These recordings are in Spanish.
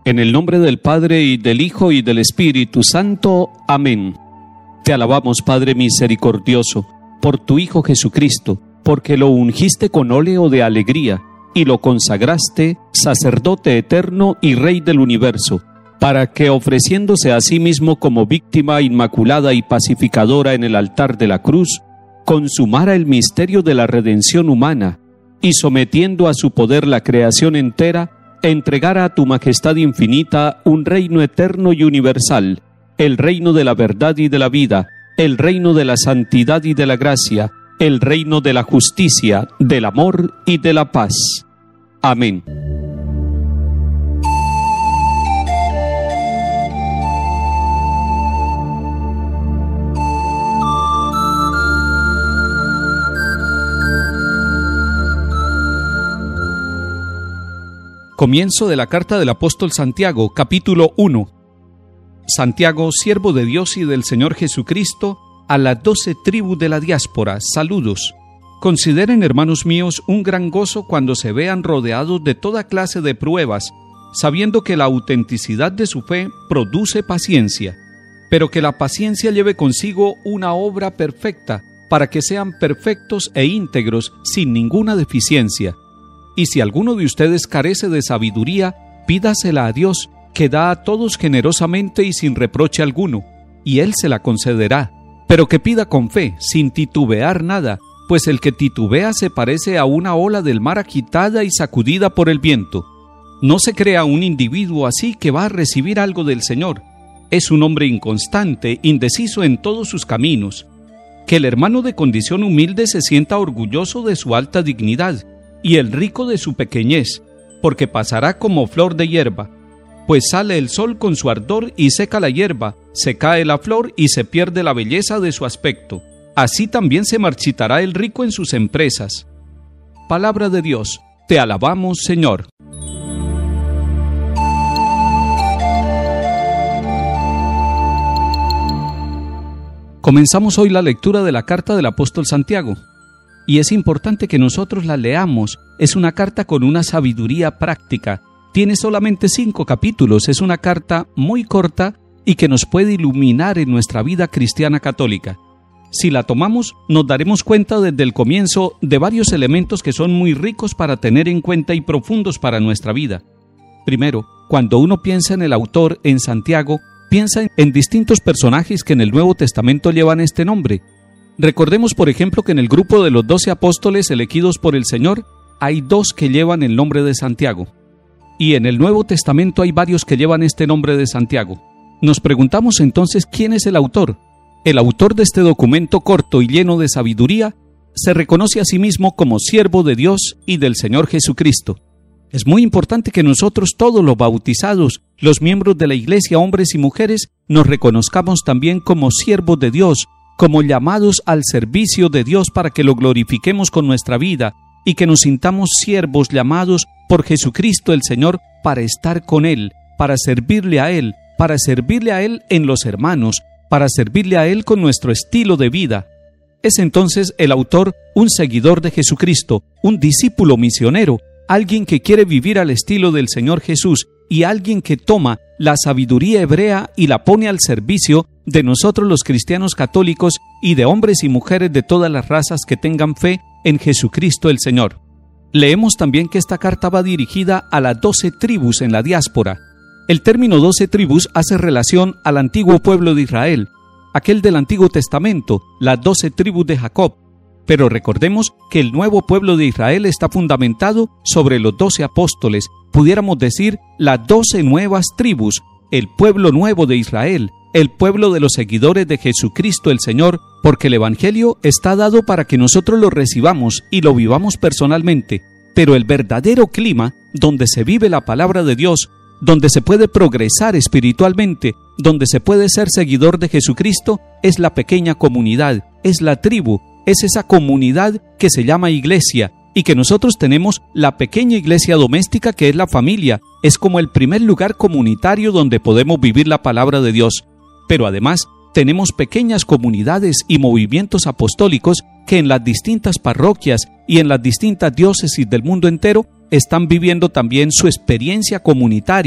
En el nombre del Padre, y del Hijo, y del Espíritu Santo. Amén. Te alabamos, Padre misericordioso, por tu Hijo Jesucristo, porque lo ungiste con óleo de alegría, y lo consagraste sacerdote eterno y Rey del universo, para que, ofreciéndose a sí mismo como víctima inmaculada y pacificadora en el altar de la cruz, consumara el misterio de la redención humana, y sometiendo a su poder la creación entera, entregara a tu majestad infinita un reino eterno y universal, el reino de la verdad y de la vida, el reino de la santidad y de la gracia, el reino de la justicia, del amor y de la paz. Amén. Comienzo de la carta del apóstol Santiago, capítulo 1. Santiago, siervo de Dios y del Señor Jesucristo, a las 12 tribus de la diáspora, saludos. Consideren, hermanos míos, un gran gozo cuando se vean rodeados de toda clase de pruebas, sabiendo que la autenticidad de su fe produce paciencia, pero que la paciencia lleve consigo una obra perfecta, para que sean perfectos e íntegros sin ninguna deficiencia. Y si alguno de ustedes carece de sabiduría, pídasela a Dios, que da a todos generosamente y sin reproche alguno, y Él se la concederá. Pero que pida con fe, sin titubear nada, pues el que titubea se parece a una ola del mar agitada y sacudida por el viento. No se crea un individuo así que va a recibir algo del Señor. Es un hombre inconstante, indeciso en todos sus caminos. Que el hermano de condición humilde se sienta orgulloso de su alta dignidad, y el rico de su pequeñez, porque pasará como flor de hierba. Pues sale el sol con su ardor y seca la hierba, se cae la flor y se pierde la belleza de su aspecto. Así también se marchitará el rico en sus empresas. Palabra de Dios, te alabamos, Señor. Comenzamos hoy la lectura de la carta del apóstol Santiago. Y es importante que nosotros la leamos. Es una carta con una sabiduría práctica. Tiene solamente 5 capítulos, es una carta muy corta y que nos puede iluminar en nuestra vida cristiana católica. Si la tomamos, nos daremos cuenta desde el comienzo de varios elementos que son muy ricos para tener en cuenta y profundos para nuestra vida. Primero, cuando uno piensa en el autor, en Santiago, piensa en distintos personajes que en el Nuevo Testamento llevan este nombre. Recordemos, por ejemplo, que en el grupo de los 12 apóstoles elegidos por el Señor, hay 2 que llevan el nombre de Santiago. Y en el Nuevo Testamento hay varios que llevan este nombre de Santiago. Nos preguntamos entonces, ¿quién es el autor? El autor de este documento corto y lleno de sabiduría se reconoce a sí mismo como siervo de Dios y del Señor Jesucristo. Es muy importante que nosotros todos los bautizados, los miembros de la Iglesia, hombres y mujeres, nos reconozcamos también como siervos de Dios, como llamados al servicio de Dios para que lo glorifiquemos con nuestra vida y que nos sintamos siervos llamados por Jesucristo el Señor para estar con Él, para servirle a Él en los hermanos, para servirle a Él con nuestro estilo de vida. Es entonces el autor un seguidor de Jesucristo, un discípulo misionero, alguien que quiere vivir al estilo del Señor Jesús y alguien que toma la sabiduría hebrea y la pone al servicio de nosotros los cristianos católicos y de hombres y mujeres de todas las razas que tengan fe en Jesucristo el Señor. Leemos también que esta carta va dirigida a las 12 tribus en la diáspora. El término 12 tribus hace relación al antiguo pueblo de Israel, aquel del Antiguo Testamento, las 12 tribus de Jacob. Pero recordemos que el nuevo pueblo de Israel está fundamentado sobre los 12 apóstoles, pudiéramos decir las 12 nuevas tribus, el pueblo nuevo de Israel, el pueblo de los seguidores de Jesucristo el Señor, porque el Evangelio está dado para que nosotros lo recibamos y lo vivamos personalmente, pero el verdadero clima donde se vive la palabra de Dios, donde se puede progresar espiritualmente, donde se puede ser seguidor de Jesucristo, es la pequeña comunidad, es la tribu, es esa comunidad que se llama iglesia, y que nosotros tenemos la pequeña iglesia doméstica que es la familia, es como el primer lugar comunitario donde podemos vivir la palabra de Dios. Pero además tenemos pequeñas comunidades y movimientos apostólicos que en las distintas parroquias y en las distintas diócesis del mundo entero están viviendo también su experiencia comunitaria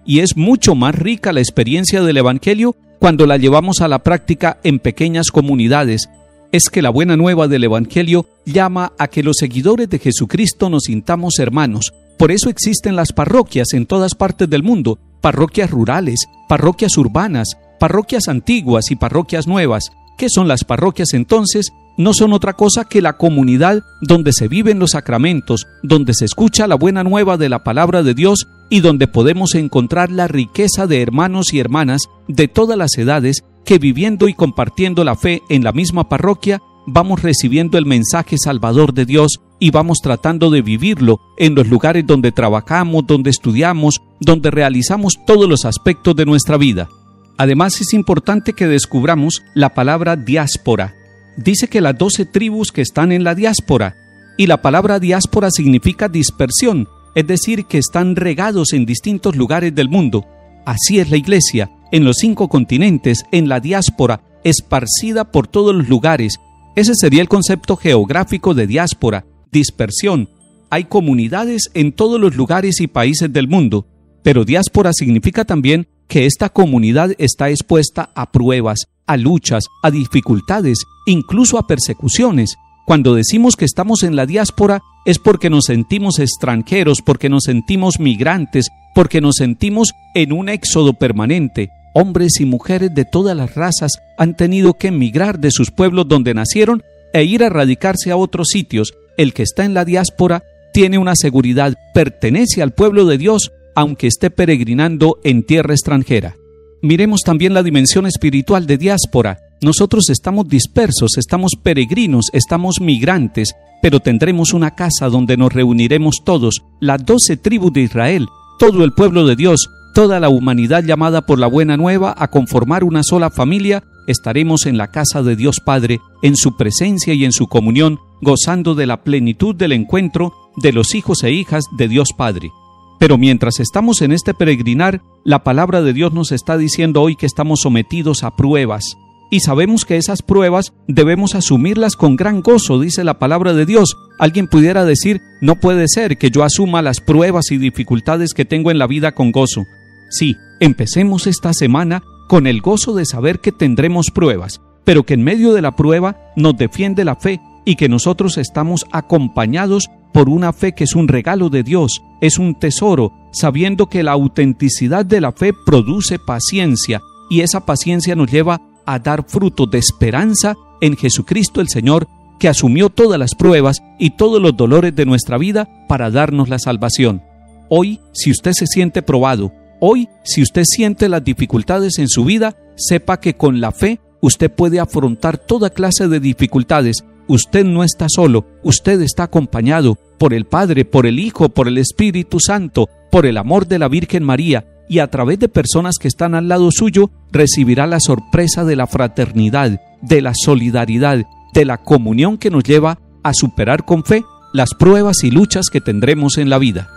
y es mucho más rica la experiencia del Evangelio cuando la llevamos a la práctica en pequeñas comunidades. Es que la buena nueva del Evangelio llama a que los seguidores de Jesucristo nos sintamos hermanos. Por eso existen las parroquias en todas partes del mundo, parroquias rurales, parroquias urbanas, parroquias antiguas y parroquias nuevas. ¿Qué son las parroquias entonces? No son otra cosa que la comunidad donde se viven los sacramentos, donde se escucha la buena nueva de la palabra de Dios y donde podemos encontrar la riqueza de hermanos y hermanas de todas las edades que viviendo y compartiendo la fe en la misma parroquia vamos recibiendo el mensaje salvador de Dios y vamos tratando de vivirlo en los lugares donde trabajamos, donde estudiamos, donde realizamos todos los aspectos de nuestra vida. Además, es importante que descubramos la palabra diáspora. Dice que las 12 tribus que están en la diáspora, y la palabra diáspora significa dispersión, es decir, que están regados en distintos lugares del mundo. Así es la Iglesia, en los 5 continentes, en la diáspora, esparcida por todos los lugares. Ese sería el concepto geográfico de diáspora, dispersión. Hay comunidades en todos los lugares y países del mundo, pero diáspora significa también que esta comunidad está expuesta a pruebas, a luchas, a dificultades, incluso a persecuciones. Cuando decimos que estamos en la diáspora es porque nos sentimos extranjeros, porque nos sentimos migrantes, porque nos sentimos en un éxodo permanente. Hombres y mujeres de todas las razas han tenido que emigrar de sus pueblos donde nacieron e ir a radicarse a otros sitios. El que está en la diáspora tiene una seguridad, pertenece al pueblo de Dios, aunque esté peregrinando en tierra extranjera. Miremos también la dimensión espiritual de diáspora. Nosotros estamos dispersos, estamos peregrinos, estamos migrantes, pero tendremos una casa donde nos reuniremos todos, las 12 tribus de Israel, todo el pueblo de Dios, toda la humanidad llamada por la buena nueva a conformar una sola familia. Estaremos en la casa de Dios Padre, en su presencia y en su comunión, gozando de la plenitud del encuentro de los hijos e hijas de Dios Padre. Pero mientras estamos en este peregrinar, la palabra de Dios nos está diciendo hoy que estamos sometidos a pruebas. Y sabemos que esas pruebas debemos asumirlas con gran gozo, dice la palabra de Dios. Alguien pudiera decir, no puede ser que yo asuma las pruebas y dificultades que tengo en la vida con gozo. Sí, empecemos esta semana con el gozo de saber que tendremos pruebas, pero que en medio de la prueba nos defiende la fe y que nosotros estamos acompañados por una fe que es un regalo de Dios, es un tesoro, sabiendo que la autenticidad de la fe produce paciencia y esa paciencia nos lleva a dar fruto de esperanza en Jesucristo el Señor, que asumió todas las pruebas y todos los dolores de nuestra vida para darnos la salvación. Hoy, si usted se siente probado, hoy, si usted siente las dificultades en su vida, sepa que con la fe usted puede afrontar toda clase de dificultades. Usted no está solo, usted está acompañado por el Padre, por el Hijo, por el Espíritu Santo, por el amor de la Virgen María, y a través de personas que están al lado suyo, recibirá la sorpresa de la fraternidad, de la solidaridad, de la comunión que nos lleva a superar con fe las pruebas y luchas que tendremos en la vida.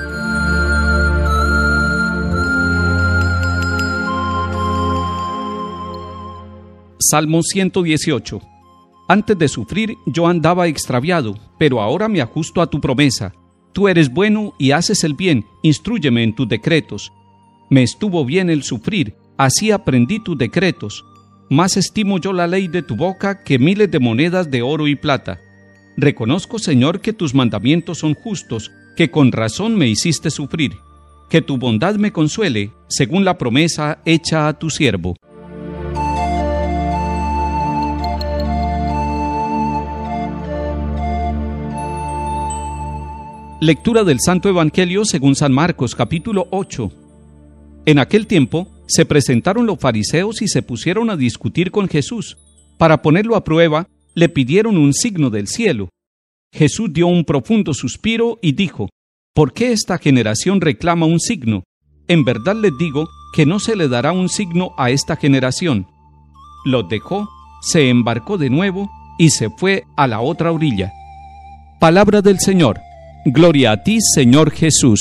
Salmo 118. Antes de sufrir yo andaba extraviado, pero ahora me ajusto a tu promesa. Tú eres bueno y haces el bien, instrúyeme en tus decretos. Me estuvo bien el sufrir, así aprendí tus decretos. Más estimo yo la ley de tu boca que miles de monedas de oro y plata. Reconozco, Señor, que tus mandamientos son justos, que con razón me hiciste sufrir. Que tu bondad me consuele, según la promesa hecha a tu siervo. Lectura del Santo Evangelio según San Marcos, capítulo 8. En aquel tiempo se presentaron los fariseos y se pusieron a discutir con Jesús. Para ponerlo a prueba, le pidieron un signo del cielo. Jesús dio un profundo suspiro y dijo: ¿Por qué esta generación reclama un signo? En verdad les digo que no se le dará un signo a esta generación. Los dejó, se embarcó de nuevo y se fue a la otra orilla. Palabra del Señor. Gloria a ti, Señor Jesús.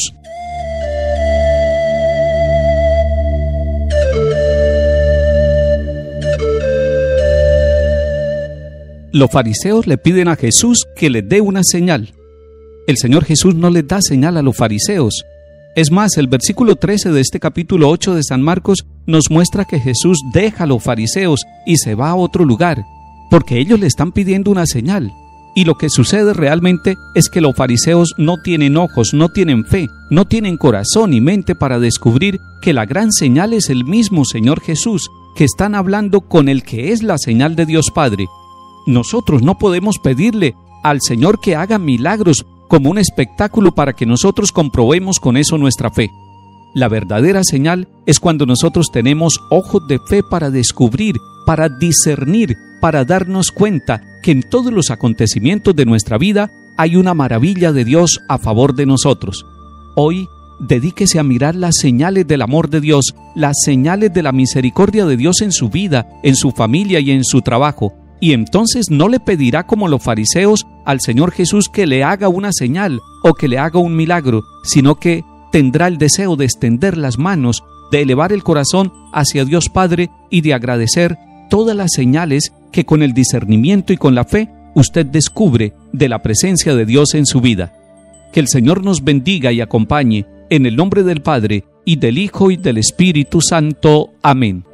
Los fariseos le piden a Jesús que les dé una señal. El Señor Jesús no les da señal a los fariseos. Es más, el versículo 13 de este capítulo 8 de San Marcos nos muestra que Jesús deja a los fariseos y se va a otro lugar, porque ellos le están pidiendo una señal. Y lo que sucede realmente es que los fariseos no tienen ojos, no tienen fe, no tienen corazón y mente para descubrir que la gran señal es el mismo Señor Jesús, que están hablando con el que es la señal de Dios Padre. Nosotros no podemos pedirle al Señor que haga milagros como un espectáculo para que nosotros comprobemos con eso nuestra fe. La verdadera señal es cuando nosotros tenemos ojos de fe para descubrir, para discernir, para darnos cuenta que en todos los acontecimientos de nuestra vida hay una maravilla de Dios a favor de nosotros. Hoy, dedíquese a mirar las señales del amor de Dios, las señales de la misericordia de Dios en su vida, en su familia y en su trabajo. Y entonces no le pedirá como los fariseos al Señor Jesús que le haga una señal o que le haga un milagro, sino que tendrá el deseo de extender las manos, de elevar el corazón hacia Dios Padre y de agradecer todas las señales que con el discernimiento y con la fe usted descubre de la presencia de Dios en su vida. Que el Señor nos bendiga y acompañe en el nombre del Padre, y del Hijo, y del Espíritu Santo. Amén.